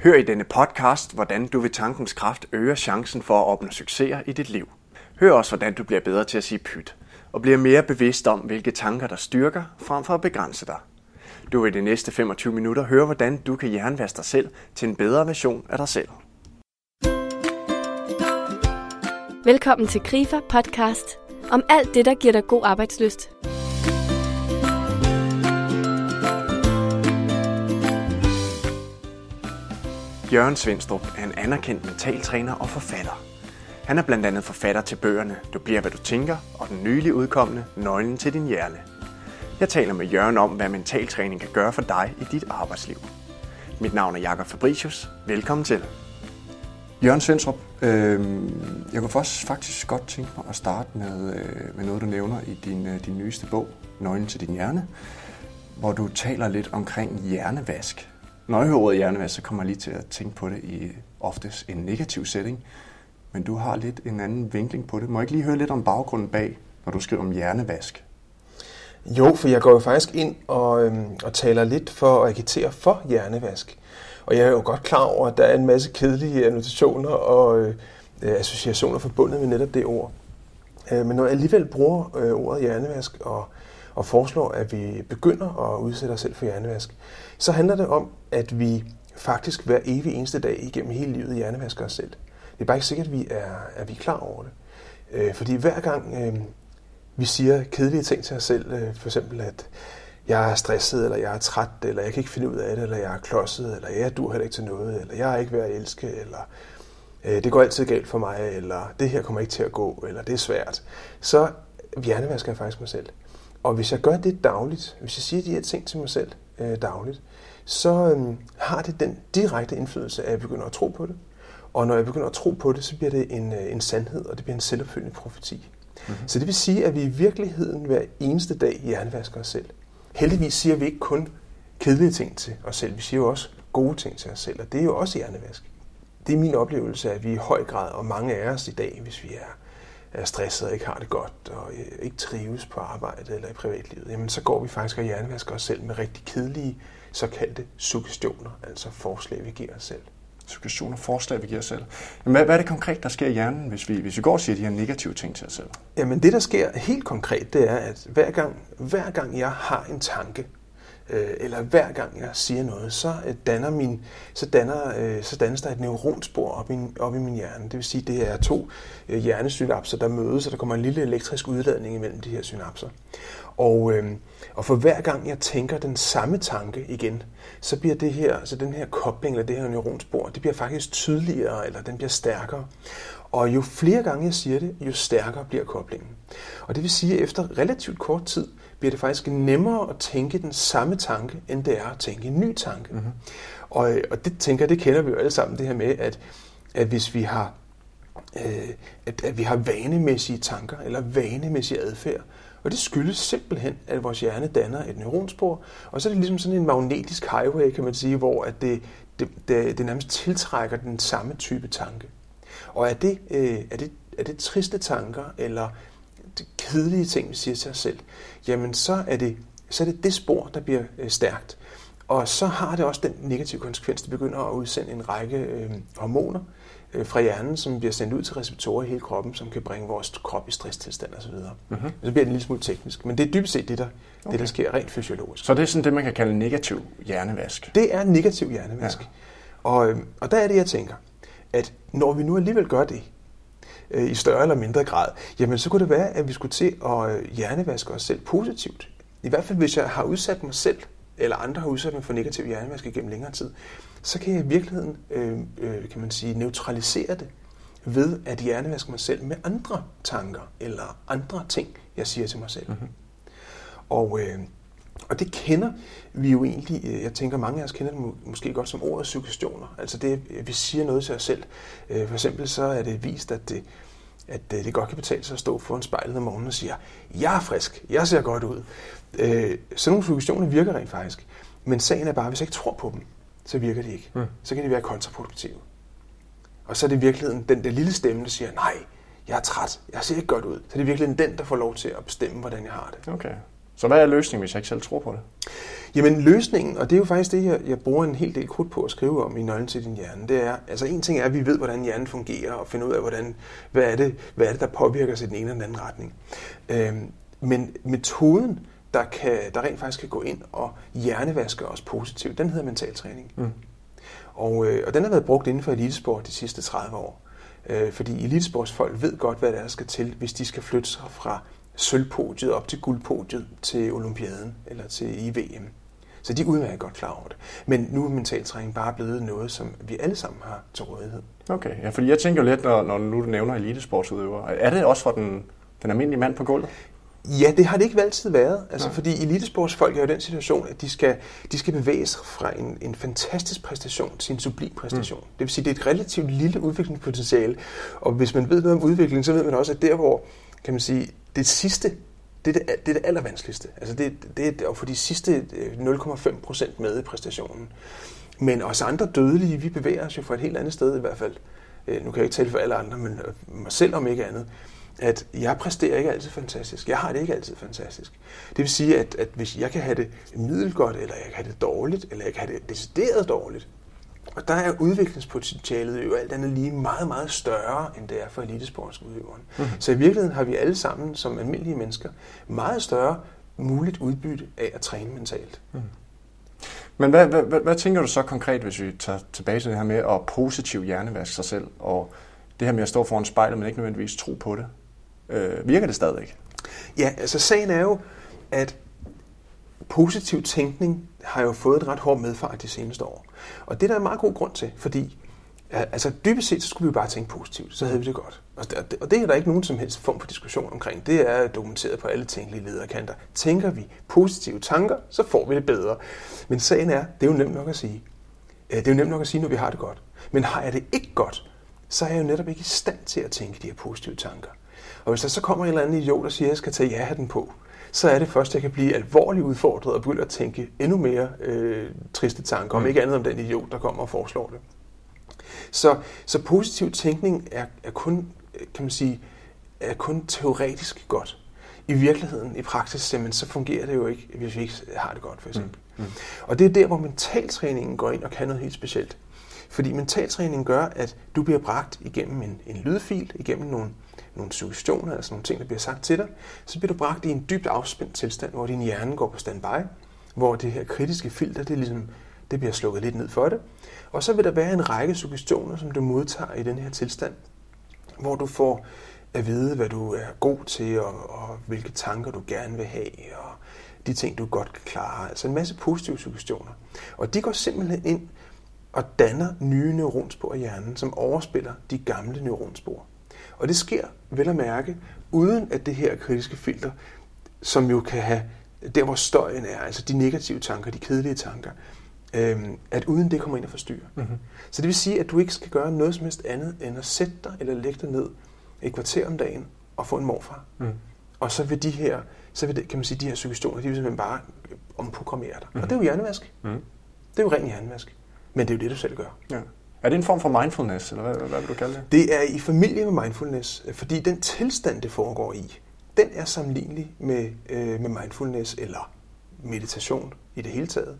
Hør i denne podcast, hvordan du ved tankens kraft øger chancen for at opnå succeser i dit liv. Hør også, hvordan du bliver bedre til at sige pyt, og bliver mere bevidst om, hvilke tanker der styrker, frem for at begrænse dig. Du vil i de næste 25 minutter høre, hvordan du kan hjernevaske dig selv til en bedre version af dig selv. Velkommen til Grifer Podcast om alt det, der giver dig god arbejdslyst. Jørgen Svendstrup er en anerkendt mentaltræner og forfatter. Han er blandt andet forfatter til bøgerne Du bliver, hvad du tænker og den nylig udkommende Nøglen til din hjerne. Jeg taler med Jørgen om, hvad mentaltræning kan gøre for dig i dit arbejdsliv. Mit navn er Jakob Fabricius. Velkommen til. Jørgen Svendstrup, jeg kunne faktisk godt tænke mig at starte med noget, du nævner i din nyeste bog, Nøglen til din hjerne, hvor du taler lidt omkring hjernevask. Når jeg hører ordet hjernevask, så kommer jeg lige til at tænke på det i oftest en negativ setting, men du har lidt en anden vinkling på det. Må jeg ikke lige høre lidt om baggrunden bag, når du skriver om hjernevask? Jo, for jeg går jo faktisk ind og taler lidt for at agitere for hjernevask. Og jeg er jo godt klar over, at der er en masse kedelige annotationer og associationer forbundet med netop det ord. Men når jeg alligevel bruger ordet hjernevask og foreslår, at vi begynder at udsætte os selv for hjernevask, så handler det om, at vi faktisk hver evig eneste dag igennem hele livet hjernevasker os selv. Det er bare ikke sikkert, at vi er klar over det. Fordi hver gang vi siger kedelige ting til os selv, for eksempel at jeg er stresset, eller jeg er træt, eller jeg kan ikke finde ud af det, eller jeg er klodset, eller jeg duer heller ikke til noget, eller jeg er ikke værd at elske, eller det går altid galt for mig, eller det her kommer ikke til at gå, eller det er svært, så hjernevasker jeg faktisk mig selv. Og hvis jeg gør det dagligt, hvis jeg siger de her ting til mig selv dagligt, så har det den direkte indflydelse, at jeg begynder at tro på det. Og når jeg begynder at tro på det, så bliver det en sandhed, og det bliver en selvopfyldende profeti. Mm-hmm. Så det vil sige, at vi i virkeligheden hver eneste dag hjernevasker os selv. Heldigvis siger vi ikke kun kedelige ting til os selv, vi siger jo også gode ting til os selv, og det er jo også hjernevask. Det er min oplevelse, at vi i høj grad, og mange af os i dag, hvis vi er stresset og ikke har det godt, og ikke trives på arbejde eller i privatlivet, jamen så går vi faktisk og hjernevasker os selv med rigtig kedelige, såkaldte suggestioner, altså forslag, vi giver os selv. Suggestioner, forslag, vi giver os selv. Hvad er det konkret, der sker i hjernen, hvis vi går og siger de her negative ting til os selv? Jamen det, der sker helt konkret, det er, at hver gang jeg har en tanke, eller hver gang jeg siger noget, så dannes der et neuronspor op i min hjerne. Det vil sige, at det er 2 hjernesynapser, der mødes, og der kommer en lille elektrisk udladning imellem de her synapser. Og for hver gang jeg tænker den samme tanke igen, så bliver den her kobling, eller det her neuronspor, det bliver faktisk tydeligere, eller den bliver stærkere. Og jo flere gange jeg siger det, jo stærkere bliver koblingen. Og det vil sige, at efter relativt kort tid, bliver det faktisk nemmere at tænke den samme tanke, end det er at tænke en ny tanke. Mm-hmm. Og det kender vi jo alle sammen, det her med, at hvis vi har at vi har vanemæssige tanker, eller vanemæssig adfærd, og det skyldes simpelthen, at vores hjerne danner et neuronspor, og så er det ligesom sådan en magnetisk highway, kan man sige, hvor at det nærmest tiltrækker den samme type tanke. Og er det triste tanker, eller kedelige ting, vi siger til os selv, jamen så er det spor, der bliver stærkt. Og så har det også den negative konsekvens, det begynder at udsende en række hormoner fra hjernen, som bliver sendt ud til receptorer i hele kroppen, som kan bringe vores krop i stresstilstand osv. Mm-hmm. Så bliver det en lille smule teknisk, men det er dybest set det, der sker rent fysiologisk. Så det er sådan det, man kan kalde negativ hjernevask? Det er negativ hjernevask. Ja. Og der er det, jeg tænker, at når vi nu alligevel gør det, i større eller mindre grad, jamen så kunne det være, at vi skulle til at hjernevaske os selv positivt. I hvert fald, hvis jeg har udsat mig selv, eller andre har udsat mig for negativ hjernevask igennem længere tid, så kan jeg i virkeligheden, kan man sige, neutralisere det ved at hjernevaske mig selv med andre tanker, eller andre ting, jeg siger til mig selv. Mm-hmm. Og det kender vi jo egentlig, jeg tænker mange af os kender det måske godt som ordet suggestioner. Altså det, vi siger noget til os selv. For eksempel så er det vist, at det godt kan betale sig at stå foran spejlet om morgenen og sige, jeg er frisk, jeg ser godt ud. Sådan nogle suggestioner virker rent faktisk. Men sagen er bare, hvis jeg ikke tror på dem, så virker de ikke. Så kan de være kontraproduktive. Og så er det i virkeligheden den der lille stemme, der siger, nej, jeg er træt, jeg ser ikke godt ud. Så er det virkelig den, der får lov til at bestemme, hvordan jeg har det. Okay. Så hvad er løsningen, hvis jeg ikke selv tror på det? Jamen løsningen, og det er jo faktisk det, jeg bruger en hel del krudt på at skrive om i Nøglen til din hjerne, det er, altså en ting er, at vi ved, hvordan hjernen fungerer, og finder ud af, hvad er det, der påvirker os i den ene eller den anden retning. Men metoden, der rent faktisk kan gå ind og hjernevaske os positivt, den hedder mentaltræning. Og den har været brugt inden for elitesport de sidste 30 år. Fordi elitesportsfolk ved godt, hvad der skal til, hvis de skal flytte sig fra sølvpodiet op til guldpodiet til olympiaden eller til VM. Så de er udmærket godt klar over det. Men nu er mentaltræning bare blevet noget, som vi alle sammen har til rådighed. Okay, ja, fordi jeg tænker jo lidt, når nu du nævner elitesportsudøvere, er det også for den almindelige mand på gulvet? Ja, det har det ikke altid været. Altså, fordi elitesportsfolk er jo i den situation, at de skal bevæge sig fra en fantastisk præstation til en sublim præstation. Det vil sige, det er et relativt lille udviklingspotentiale. Og hvis man ved noget om udvikling, så ved man også, at der hvor, kan man sige, det sidste, det er det allervanskeligste. Altså det er at få de sidste 0,5% med i præstationen. Men os andre dødelige, vi bevæger os jo fra et helt andet sted i hvert fald. Nu kan jeg ikke tale for alle andre, men mig selv om ikke andet. At jeg præsterer ikke altid fantastisk. Jeg har det ikke altid fantastisk. Det vil sige, at hvis jeg kan have det middelgodt, eller jeg kan have det dårligt, eller jeg kan have det decideret dårligt, og der er udviklingspotentialet jo alt andet lige meget, meget større, end det er for elitesportsudøveren. Så i virkeligheden har vi alle sammen, som almindelige mennesker, meget større muligt udbytte af at træne mentalt. Men hvad tænker du så konkret, hvis vi tager tilbage til det her med at positivt hjernevaske sig selv, og det her med at stå foran spejlet, men ikke nødvendigvis tro på det? Virker det stadigvæk? Ja, altså sagen er jo, at positiv tænkning har jo fået et ret hårdt medfart de seneste år. Og det er der en meget god grund til, fordi altså dybest set så skulle vi jo bare tænke positivt, så havde vi det godt. Og det er der ikke nogen som helst form for diskussion omkring. Det er dokumenteret på alle tænkelige lederkanter. Tænker vi positive tanker, så får vi det bedre. Men sagen er, det er jo nemt nok at sige. Det er jo nemt nok at sige, når vi har det godt. Men har jeg det ikke godt, så er jeg jo netop ikke i stand til at tænke de her positive tanker. Og hvis der så kommer en eller anden idiot og siger, at jeg skal tage ja-hatten på, så er det først, at jeg kan blive alvorligt udfordret og begynde at tænke endnu mere triste tanker, om ikke andet om den idiot, der kommer og foreslår det. Så positiv tænkning er kun, kan man sige, er kun teoretisk godt. I virkeligheden, i praksis, så fungerer det jo ikke, hvis vi ikke har det godt, for eksempel. Og det er der, hvor mentaltræningen går ind og kan noget helt specielt. Fordi mentaltræning gør, at du bliver bragt igennem en lydfil, igennem nogle suggestioner, altså nogle ting, der bliver sagt til dig, så bliver du bragt i en dybt afspændt tilstand, hvor din hjerne går på standby, hvor det her kritiske filter, det bliver slukket lidt ned for det. Og så vil der være en række suggestioner, som du modtager i den her tilstand, hvor du får at vide, hvad du er god til, og hvilke tanker du gerne vil have, og de ting, du godt kan klare. Altså en masse positive suggestioner. Og de går simpelthen ind og danner nye neuronspor i hjernen, som overspiller de gamle neuronspor. Og det sker, vel at mærke, uden at det her kritiske filter, som jo kan have, der hvor støjen er, altså de negative tanker, de kedelige tanker, at uden det kommer ind og forstyrrer. Så det vil sige, at du ikke skal gøre noget som helst andet, end at sætte dig eller lægge dig ned et kvarter om dagen og få en morfar. Og så vil kan man sige, de her suggestioner, de vil simpelthen bare omprogrammere dig. Og det er jo hjernevask. Det er jo ren hjernevask. Men det er jo det, du selv gør. Ja. Er det en form for mindfulness, eller hvad vil du kalde det? Det er i familie med mindfulness, fordi den tilstand, det foregår i, den er sammenlignelig med mindfulness eller meditation i det hele taget.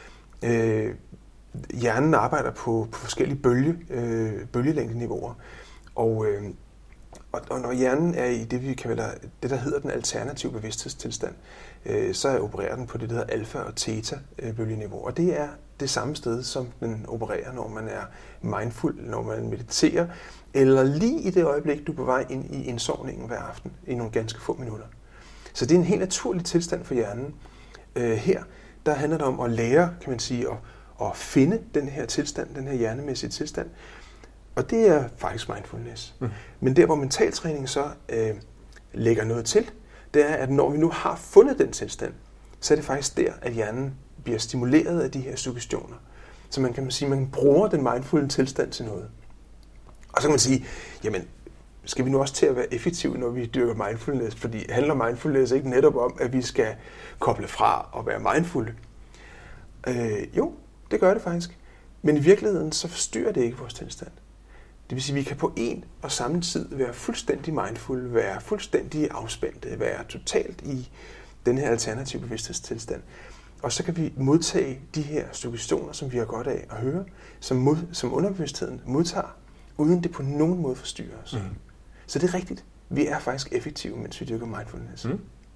Hjernen arbejder på forskellige bølgelængdeniveauer, og når hjernen er i det, vi kalder det, der hedder den alternative bevidsthedstilstand, så opererer den på det, der hedder alfa- og theta-bølgeniveau. Og det er det samme sted, som den opererer, når man er mindful, når man mediterer, eller lige i det øjeblik, du er på vej ind i indsovningen hver aften, i nogle ganske få minutter. Så det er en helt naturlig tilstand for hjernen. Her, der handler det om at lære, kan man sige, at finde den her tilstand, den her hjernemæssige tilstand. Og det er faktisk mindfulness. Men der, hvor mentaltræning så lægger noget til, det er, at når vi nu har fundet den tilstand, så er det faktisk der, at hjernen bliver stimuleret af de her suggestioner. Så man kan sige, at man bruger den mindfulde tilstand til noget. Og så kan man sige, jamen, skal vi nu også til at være effektive, når vi dyrker mindfulness? Fordi handler mindfulness ikke netop om, at vi skal koble fra og være mindfulde? Jo, det gør det faktisk. Men i virkeligheden, så forstyrrer det ikke vores tilstand. Det vil sige, at vi kan på en og samme tid være fuldstændig mindful, være fuldstændig afspændte, være totalt den her alternative bevidsthedstilstand. Og så kan vi modtage de her suggestioner, som vi har godt af at høre, som underbevidstheden modtager, uden det på nogen måde forstyrrer os. Så det er rigtigt. Vi er faktisk effektive, mens vi dyrker mindfulness.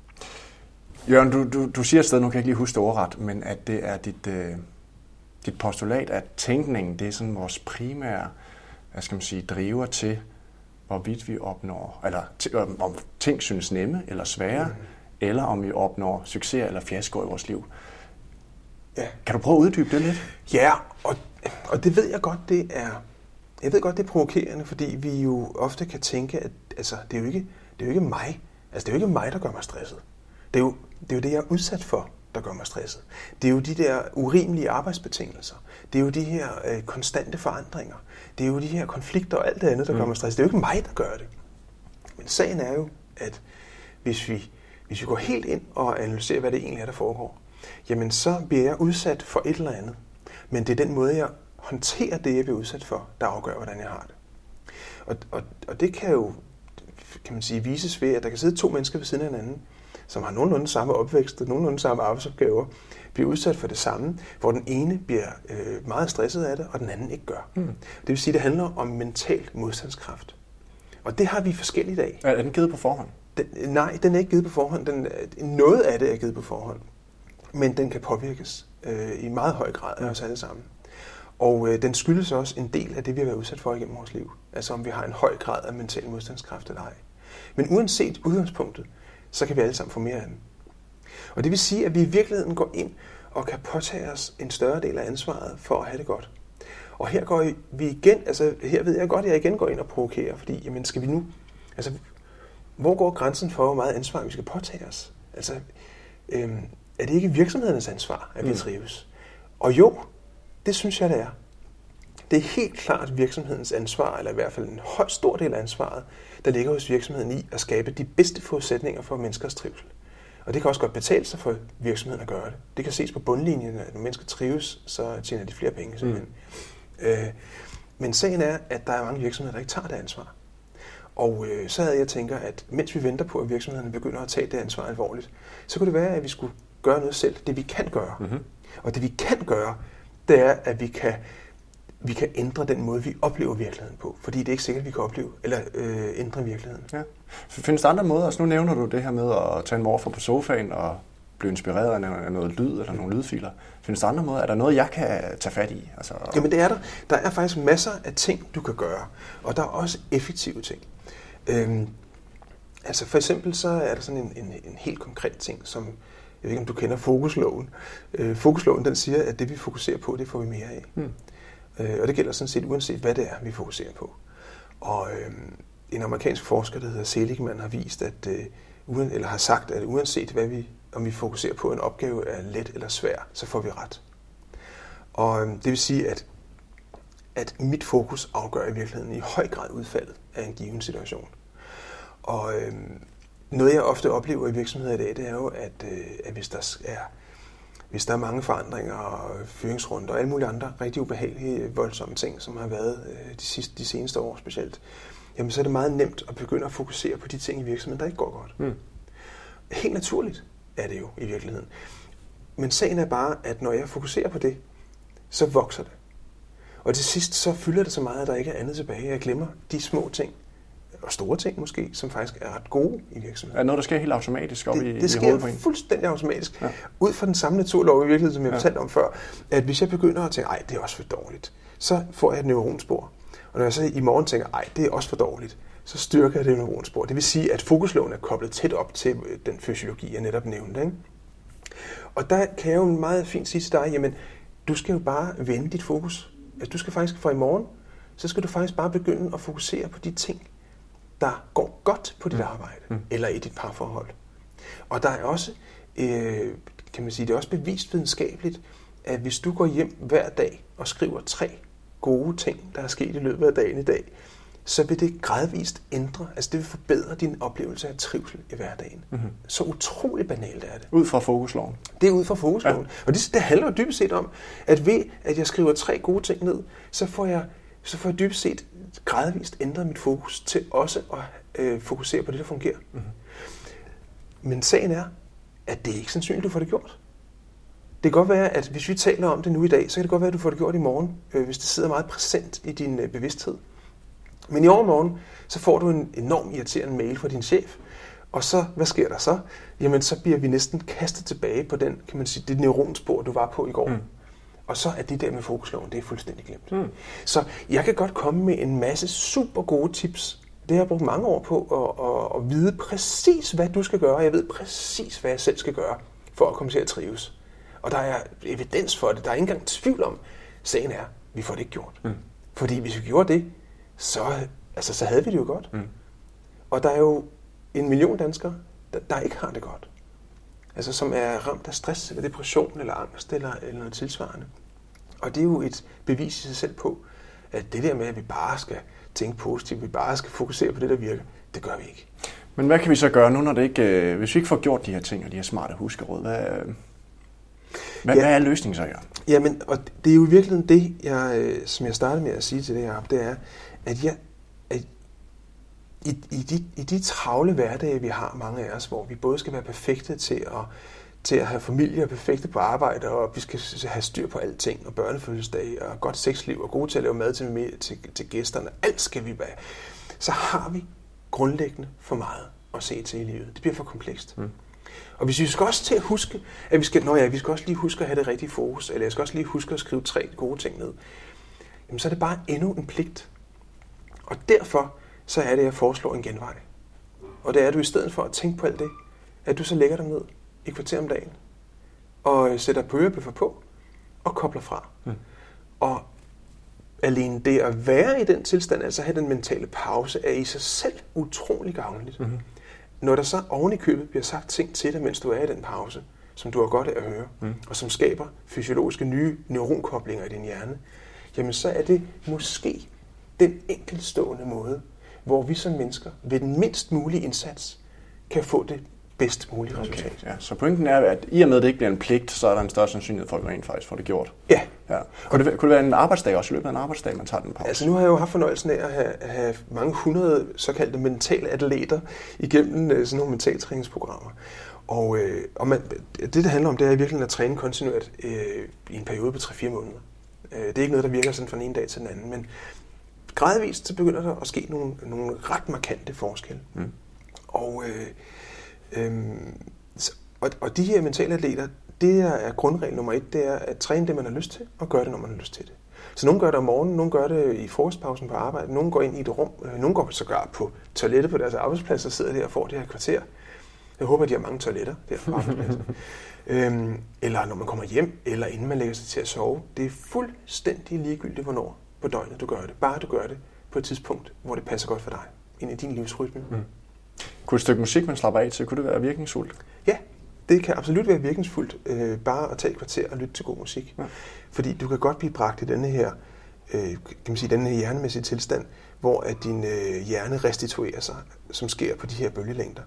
Jørgen, du siger et sted, nu kan jeg ikke lige huske det overret, men at det er dit postulat, at tænkningen, det er sådan vores primære, hvad skal man sige, driver til, hvorvidt vi opnår, eller om ting synes nemme eller svære, eller om vi opnår succes eller fiasko i vores liv. Ja. Kan du prøve at uddybe det lidt? Ja, og det ved jeg godt, det er provokerende, fordi vi jo ofte kan tænke, at altså, det er jo ikke mig. Altså, det er jo ikke mig, der gør mig stresset. Det er jo det, jeg er udsat for, der gør mig stresset. Det er jo de der urimelige arbejdsbetingelser. Det er jo de her konstante forandringer. Det er jo de her konflikter og alt det andet, der gør mig stresset. Det er jo ikke mig, der gør det. Men sagen er jo, at hvis vi går helt ind og analyserer, hvad det egentlig er, der foregår, jamen så bliver jeg udsat for et eller andet. Men det er den måde, jeg håndterer det, jeg bliver udsat for, der afgør, hvordan jeg har det. Og det kan jo, kan man sige, vises ved, at der kan sidde to mennesker ved siden af hinanden, som har nogenlunde samme opvækst og nogenlunde samme arbejdsopgaver, bliver udsat for det samme, hvor den ene bliver meget stresset af det, og den anden ikke gør. Det vil sige, at det handler om mental modstandskraft. Og det har vi forskelligt af. Er den givet på forhånd? Nej, den er ikke givet på forhånd. Noget af det er givet på forhånd. Men den kan påvirkes i meget høj grad af os alle sammen. Og den skyldes også en del af det, vi har været udsat for igennem vores liv. Altså om vi har en høj grad af mental modstandskraft eller ej. Men uanset udgangspunktet, så kan vi alle sammen få mere af den. Og det vil sige, at vi i virkeligheden går ind og kan påtage os en større del af ansvaret for at have det godt. Og her går vi igen, altså her ved jeg godt, at jeg igen går ind og provokerer, fordi jamen skal vi nu, altså hvor går grænsen for, hvor meget ansvar vi skal påtage os? Altså er det ikke virksomhedernes ansvar, at vi trives? Og jo, det synes jeg, det er. Det er helt klart virksomhedens ansvar, eller i hvert fald en stor del af ansvaret, der ligger hos virksomheden i at skabe de bedste forudsætninger for menneskers trivsel. Og det kan også godt betale sig for virksomheden at gøre det. Det kan ses på bundlinjen, at når mennesker trives, så tjener de flere penge simpelthen. Men sagen er, at der er mange virksomheder, der ikke tager det ansvar. Og så havde jeg tænker, at mens vi venter på, at virksomhederne begynder at tage det ansvar alvorligt, så kunne det være, at vi skulle gøre noget selv, det vi kan gøre. Og det vi kan gøre, det er, at vi kan ændre den måde, vi oplever virkeligheden på. Fordi det er ikke sikkert, at vi kan opleve eller ændre virkeligheden. Ja. Findes der andre måder? Altså, nu nævner du det her med at tage en morfar på sofaen og blive inspireret af noget lyd eller nogle lydfiler. Findes der andre måder? Er der noget, jeg kan tage fat i? Altså, Jamen det er der. Der er faktisk masser af ting, du kan gøre. Og der er også effektive ting. Altså for eksempel så er der sådan en helt konkret ting, som, jeg ved ikke om du kender fokusloven. Fokusloven den siger, at det vi fokuserer på, det får vi mere af. Og det gælder sådan set uanset hvad det er, vi fokuserer på. Og en amerikansk forsker, der hedder Seligman, har vist, eller har sagt, at uanset om vi fokuserer på en opgave er let eller svær, så får vi ret. Og det vil sige, at mit fokus afgør i virkeligheden i høj grad udfaldet af en given situation. Og noget jeg ofte oplever i virksomheder i dag, det er jo, at hvis der er mange forandringer og fyringsrunder og alle mulige andre rigtig ubehagelige, voldsomme ting, som har været de seneste år specielt, jamen så er det meget nemt at begynde at fokusere på de ting i virksomheden, der ikke går godt. Helt naturligt er det jo i virkeligheden. Men sagen er bare, at når jeg fokuserer på det, så vokser det. Og til sidst så fylder det så meget, at der ikke er andet tilbage. Jeg glemmer de små ting, og store ting måske, som faktisk er ret gode i virksomheden. Er det noget, der sker helt automatisk op i hovedet på en? Det sker fuldstændig automatisk. Ja. Ud fra den samme naturlov i virkeligheden, som jeg fortalte om før, at hvis jeg begynder at tænke, ej, det er også for dårligt, så får jeg et neuronspor. Og når jeg så i morgen tænker, ej, det er også for dårligt, så styrker jeg det neuronspor. Det vil sige, at fokusloven er koblet tæt op til den fysiologi, jeg netop nævnte. Ikke? Og der kan jeg jo meget fint sige til dig, jamen, du skal jo bare vende dit fokus. Altså, du skal faktisk fra i morgen, så skal du faktisk bare begynde at fokusere på de ting, der går godt på dit arbejde, eller i dit parforhold. Og der er også, kan man sige, det er også bevist videnskabeligt, at hvis du går hjem hver dag og skriver 3 gode ting, der er sket i løbet af dagen i dag, så vil det gradvist ændre, altså det vil forbedre din oplevelse af trivsel i hverdagen. Så utrolig banalt er det. Ud fra fokusloven. Det er ud fra fokusloven. Ja. Og det handler jo dybest set om, at ved at jeg skriver 3 gode ting ned, så får jeg dybest set gradvist ændret mit fokus til også at fokusere på det, der fungerer. Men sagen er, at det er ikke sandsynligt, du får det gjort. Det kan godt være, at hvis vi taler om det nu i dag, så kan det godt være, at du får det gjort i morgen, hvis det sidder meget præsent i din bevidsthed. Men i overmorgen, så får du en enorm irriterende mail fra din chef, og så, hvad sker der så? Jamen, så bliver vi næsten kastet tilbage på den, kan man sige, det neuronspor, du var på i går. Og så er det der med fokusloven, det er fuldstændig glemt. Så jeg kan godt komme med en masse super gode tips. Det har jeg brugt mange år på at vide præcis, hvad du skal gøre. Jeg ved præcis, hvad jeg selv skal gøre for at komme til at trives. Og der er evidens for det. Der er ikke engang tvivl om, sagen er, vi får det ikke gjort. Fordi hvis vi gjorde det, så havde vi det jo godt. Og der er jo 1 million danskere, der ikke har det godt. Altså som er ramt af stress, eller depression, eller angst, eller noget tilsvarende. Og det er jo et bevis i sig selv på, at det der med, at vi bare skal tænke positivt, vi bare skal fokusere på det, der virker, det gør vi ikke. Men hvad kan vi så gøre nu, når det ikke, hvis vi ikke får gjort de her ting, og de her smarte huskeråd? Hvad er løsningen så, Jørgen? Jamen, og det er jo i virkeligheden det, som jeg startede med at sige til det her, det er, at i de travle hverdage, vi har, mange af os, hvor vi både skal være perfekte til at have familie og perfekte på arbejde, og vi skal have styr på alting, og børnefødselsdage, og godt sexliv, og gode til at lave mad til gæsterne, alt skal vi være. Så har vi grundlæggende for meget at se til i livet. Det bliver for komplekst. Og hvis vi skal også til at huske, at vi skal også lige huske at have det rigtige fokus, eller jeg skal også lige huske at skrive 3 gode ting ned, jamen så er det bare endnu en pligt. Og derfor så er det, at jeg foreslår en genvej. Og det er, at du i stedet for at tænke på alt det, at du så lægger dig ned i kvarter om dagen, og sætter hørebøffer på, og kobler fra. Og alene det at være i den tilstand, altså have den mentale pause, er i sig selv utrolig gavnligt. Når der så oven i købet bliver sagt ting til dig, mens du er i den pause, som du har godt af at høre, og som skaber fysiologiske nye neuronkoblinger i din hjerne, jamen så er det måske den enkeltstående måde, hvor vi som mennesker ved den mindst mulige indsats kan få det bedst mulige resultat. Okay, ja. Så pointen er, at i og med, at det ikke bliver en pligt, så er der en større sandsynlighed for, at vi rent faktisk får det gjort. Ja. Kunne det være en arbejdsdag også, i løbet af en arbejdsdag, man tager den pause? Altså nu har jeg jo haft fornøjelsen af at have mange 100 såkaldte mentale atleter igennem sådan nogle mentaltræningsprogrammer. Og det handler om, det er i virkeligheden at træne kontinuert i en periode på 3-4 måneder. Det er ikke noget, der virker sådan fra den ene dag til den anden, men gradvist så begynder der at ske nogle ret markante forskelle. Og de her mentale atleter, det er grundregel nummer 1, det er at træne det, man har lyst til, og gøre det, når man har lyst til det. Så nogle gør det om morgenen, nogle gør det i frokostpausen på arbejde, nogle går ind i et rum, nogle går sågar på toilettet på deres arbejdsplads og sidder der og får det her kvarter. Jeg håber, de har mange toiletter der på arbejdspladsen. Eller når man kommer hjem, eller inden man lægger sig til at sove. Det er fuldstændig ligegyldigt, hvornår på døgnet du gør det. Bare du gør det på et tidspunkt, hvor det passer godt for dig, ind i din livsrytme. Kunne et stykke musik, man slapper af til, kunne det være virkningsfuldt? Ja, det kan absolut være virkningsfuldt, bare at tage et kvarter og lytte til god musik. Ja. Fordi du kan godt blive bragt i denne her, denne her hjernemæssige tilstand, hvor at din hjerne restituerer sig, som sker på de her bølgelængder.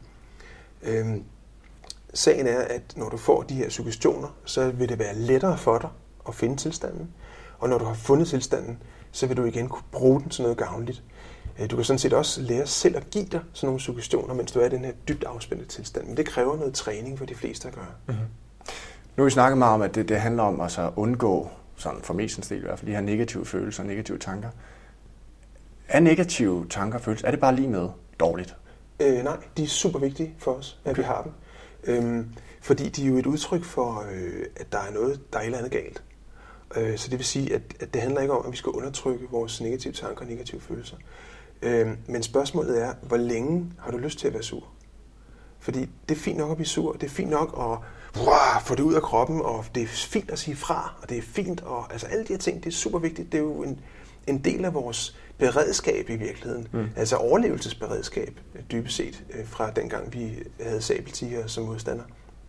Sagen er, at når du får de her suggestioner, så vil det være lettere for dig at finde tilstanden. Og når du har fundet tilstanden, så vil du igen kunne bruge den til noget gavnligt. Du kan sådan set også lære selv at give dig sådan nogle suggestioner, mens du er i den her dybt afspændte tilstand. Men det kræver noget træning for de fleste at gøre. Nu har vi snakket meget om, at det handler om at undgå, sådan for mestens del i hvert fald, de her negative følelser og negative tanker. Er negative tanker og følelser, er det bare lige med dårligt? Nej, de er super vigtige for os, at vi har dem. Fordi de er jo et udtryk for, at der er noget, der er et eller andet galt. Så det vil sige, at det handler ikke om, at vi skal undertrykke vores negative tanker og negative følelser. Men spørgsmålet er, hvor længe har du lyst til at være sur? Fordi det er fint nok at blive sur, det er fint nok at få det ud af kroppen, og det er fint at sige fra, og det er fint, og altså alle de her ting, det er super vigtigt. Det er jo en del af vores beredskab i virkeligheden. Altså overlevelsesberedskab, dybest set, fra dengang vi havde sabeltiger som modstander.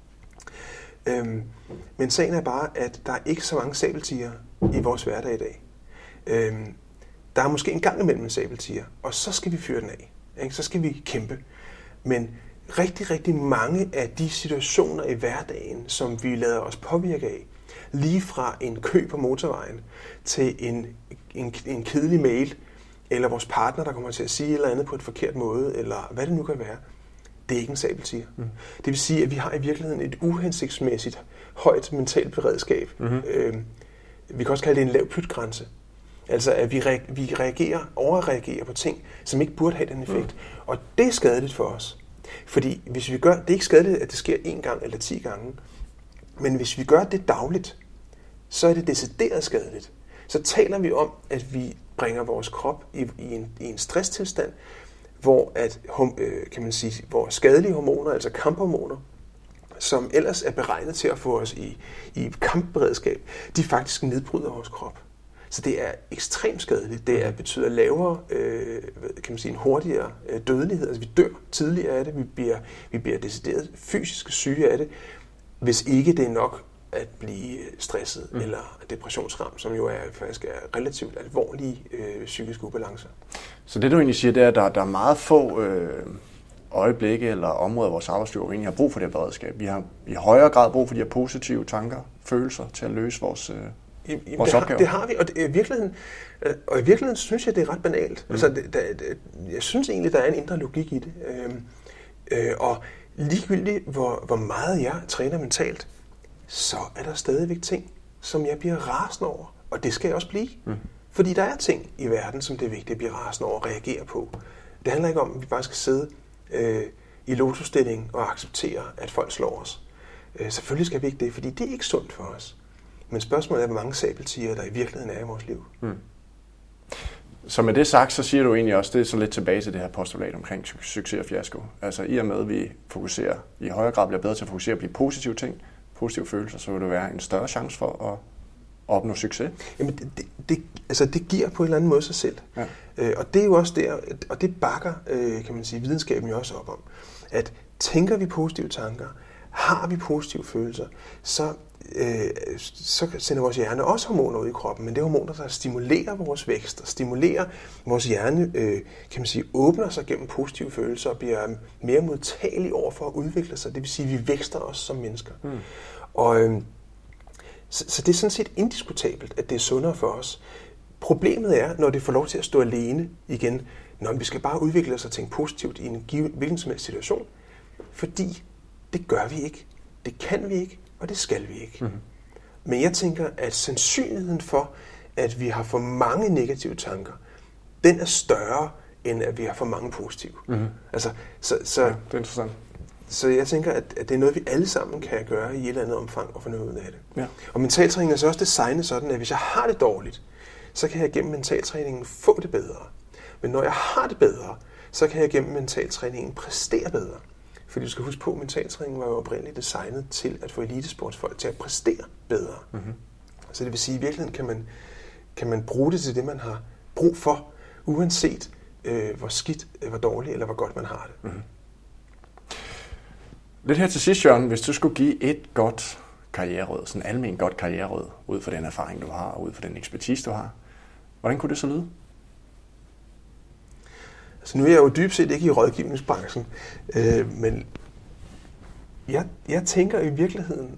Men sagen er bare, at der er ikke så mange sabeltiger i vores hverdag i dag. Der er måske en gang imellem en sabeltiger, og så skal vi fyre den af. Ikke? Så skal vi kæmpe. Men rigtig, rigtig mange af de situationer i hverdagen, som vi lader os påvirke af, lige fra en kø på motorvejen til en kedelig mail, eller vores partner, der kommer til at sige et eller andet på et forkert måde, eller hvad det nu kan være, det er ikke en sabeltiger. Det vil sige, at vi har i virkeligheden et uhensigtsmæssigt højt mentalt beredskab. Vi kan også kalde det en lav pytgrænse. Altså, at vi overreagerer på ting, som ikke burde have den effekt. Og det er skadeligt for os. Fordi hvis vi gør, det er ikke skadeligt, at det sker 1 gang eller 10 gange, men hvis vi gør det dagligt, så er det decideret skadeligt. Så taler vi om, at vi bringer vores krop i en stresstilstand, hvor hvor skadelige hormoner, altså kamphormoner, som ellers er beregnet til at få os i kampberedskab, de faktisk nedbryder vores krop. Så det er ekstremt skadeligt. Det betyder lavere, en hurtigere dødelighed. Altså vi dør tidligere af det. Vi bliver decideret fysisk syge af det, hvis ikke det er nok at blive stresset eller depressionsramt, som jo faktisk er relativt alvorlige psykiske ubalancer. Så det du egentlig siger, det er, at der er meget få øjeblikke eller områder af vores arbejdsliv, hvor vi egentlig har brug for det her beredskab. Vi har i højere grad brug for de her positive tanker, følelser til at løse vores opgaver. Det har vi, og i virkeligheden synes jeg, det er ret banalt. Altså, jeg synes egentlig, der er en indre logik i det. Og ligegyldigt, hvor meget jeg træner mentalt, så er der stadigvæk ting, som jeg bliver rasende over. Og det skal jeg også blive. Fordi der er ting i verden, som det er vigtigt at blive rasende over og reagere på. Det handler ikke om, at vi bare skal sidde i lotusstilling og acceptere, at folk slår os. Selvfølgelig skal vi ikke det, fordi det er ikke sundt for os. Men spørgsmålet er, hvor mange sabeltiger, der i virkeligheden er i vores liv. Så med det sagt, så siger du egentlig også, det er så lidt tilbage til det her postulat omkring succes og fiasko. Altså i og med, at vi fokuserer, i højere grad bliver bedre til at fokusere på de positive ting, positive følelser, så vil det være en større chance for at opnå succes. Jamen det giver på en eller anden måde sig selv. Ja. Og det er jo også der, og det bakker, videnskaben jo også op om, at tænker vi positive tanker, har vi positive følelser, så sender vores hjerne også hormoner ud i kroppen, men det er hormoner, der stimulerer vores vækst og stimulerer vores hjerne, åbner sig gennem positive følelser og bliver mere modtagelig over for at udvikle sig. Det vil sige, at vi vækster os som mennesker. Og så det er sådan set indiskutabelt, at det er sundere for os. Problemet er, når det får lov til at stå alene igen, når vi skal bare udvikle os og tænke positivt i en hvilken som helst situation, fordi det gør vi ikke, det kan vi ikke, og det skal vi ikke. Men jeg tænker, at sandsynligheden for, at vi har for mange negative tanker, den er større, end at vi har for mange positive. Altså, ja, det er interessant. Så jeg tænker, at det er noget, vi alle sammen kan gøre i et eller andet omfang og få noget ud af det. Ja. Og mentaltræning er så også designet sådan, at hvis jeg har det dårligt, så kan jeg gennem mentaltræningen få det bedre. Men når jeg har det bedre, så kan jeg gennem mentaltræningen præstere bedre. Fordi du skal huske på, at mentaltræningen var jo oprindeligt designet til at få elitesportsfolk til at præstere bedre. Så det vil sige, at i virkeligheden kan man bruge det til det, man har brug for, uanset hvor skidt, hvor dårligt eller hvor godt man har det. Lidt her til sidst, Jørgen, hvis du skulle give et godt karriereråd, sådan almen godt karriereråd, ud fra den erfaring, du har, og ud fra den ekspertise, du har, hvordan kunne det så lyde? Altså nu er jeg jo dybt set ikke i rådgivningsbranchen, men jeg tænker i virkeligheden,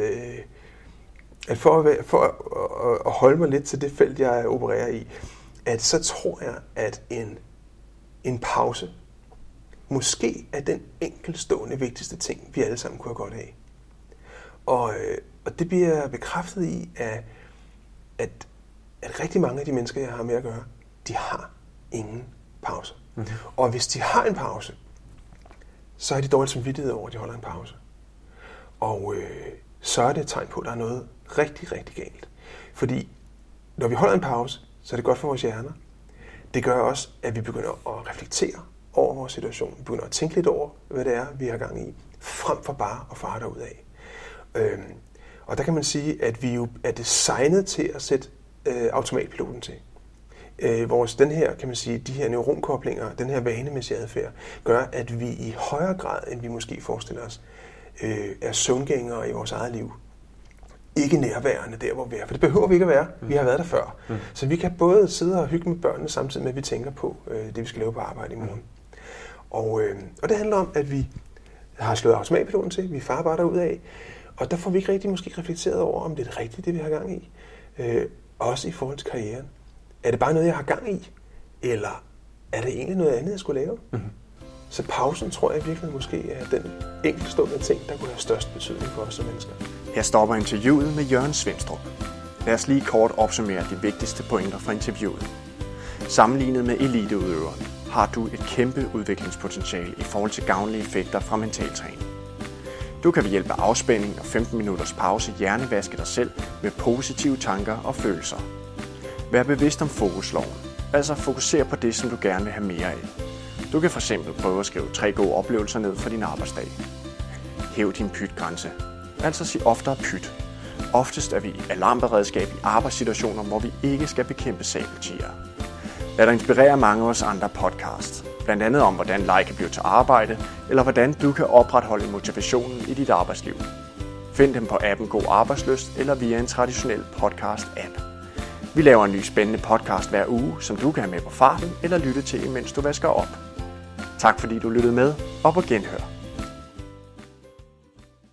at for at holde mig lidt til det felt, jeg opererer i, at så tror jeg, at en pause måske er den enkeltstående vigtigste ting, vi alle sammen kunne have godt af. Og det bliver bekræftet i, at rigtig mange af de mennesker, jeg har med at gøre, de har ingen pause. Og hvis de har en pause, så er de dårligt samvittighed over, at de holder en pause. Og så er det et tegn på, at der er noget rigtig, rigtig galt. Fordi når vi holder en pause, så er det godt for vores hjerner. Det gør også, at vi begynder at reflektere over vores situation. Vi begynder at tænke lidt over, hvad det er, vi har gang i, frem for bare at fare derudad. Og der kan man sige, at vi jo er designet til at sætte automatpiloten til. Den her, kan man sige, de her neuronkoblinger, den her vanemæssige adfærd, gør, at vi i højere grad, end vi måske forestiller os, er søvngængere i vores eget liv. Ikke nærværende der, hvor vi er. For det behøver vi ikke at være. Vi har været der før. Så vi kan både sidde og hygge med børnene, samtidig med, at vi tænker på det, vi skal lave på arbejde i morgen. Og det handler om, at vi har slået automatpiloten til. Vi farer bare derudad. Og der får vi ikke rigtig måske reflekteret over, om det er rigtigt, det vi har gang i. Også i forhold til karrieren. Er det bare noget, jeg har gang i? Eller er det egentlig noget andet, jeg skulle lave? Så pausen tror jeg virkelig måske er den enkeltstående ting, der kunne have størst betydning for os som mennesker. Her stopper interviewet med Jørgen Svenstrup. Lad os lige kort opsummere de vigtigste pointer fra interviewet. Sammenlignet med eliteudøveren har du et kæmpe udviklingspotentiale i forhold til gavnlige effekter fra mentaltræning. Du kan ved hjælp af afspænding og 15 minutters pause hjernevaske dig selv med positive tanker og følelser. Vær bevidst om fokusloven, altså fokuser på det, som du gerne vil have mere af. Du kan fx prøve at skrive 3 gode oplevelser ned fra din arbejdsdag. Hæv din pytgrænse, altså sig oftere pyt. Oftest er vi i alarmberedskab i arbejdssituationer, hvor vi ikke skal bekæmpe sabeltiger. Lad dig inspirere mange af vores andre podcasts, blandt andet om, hvordan leg kan blive til arbejde, eller hvordan du kan opretholde motivationen i dit arbejdsliv. Find dem på appen God Arbejdslyst eller via en traditionel podcast-app. Vi laver en ny spændende podcast hver uge, som du kan have med på farten eller lytte til, mens du vasker op. Tak fordi du lyttede med, og på genhør.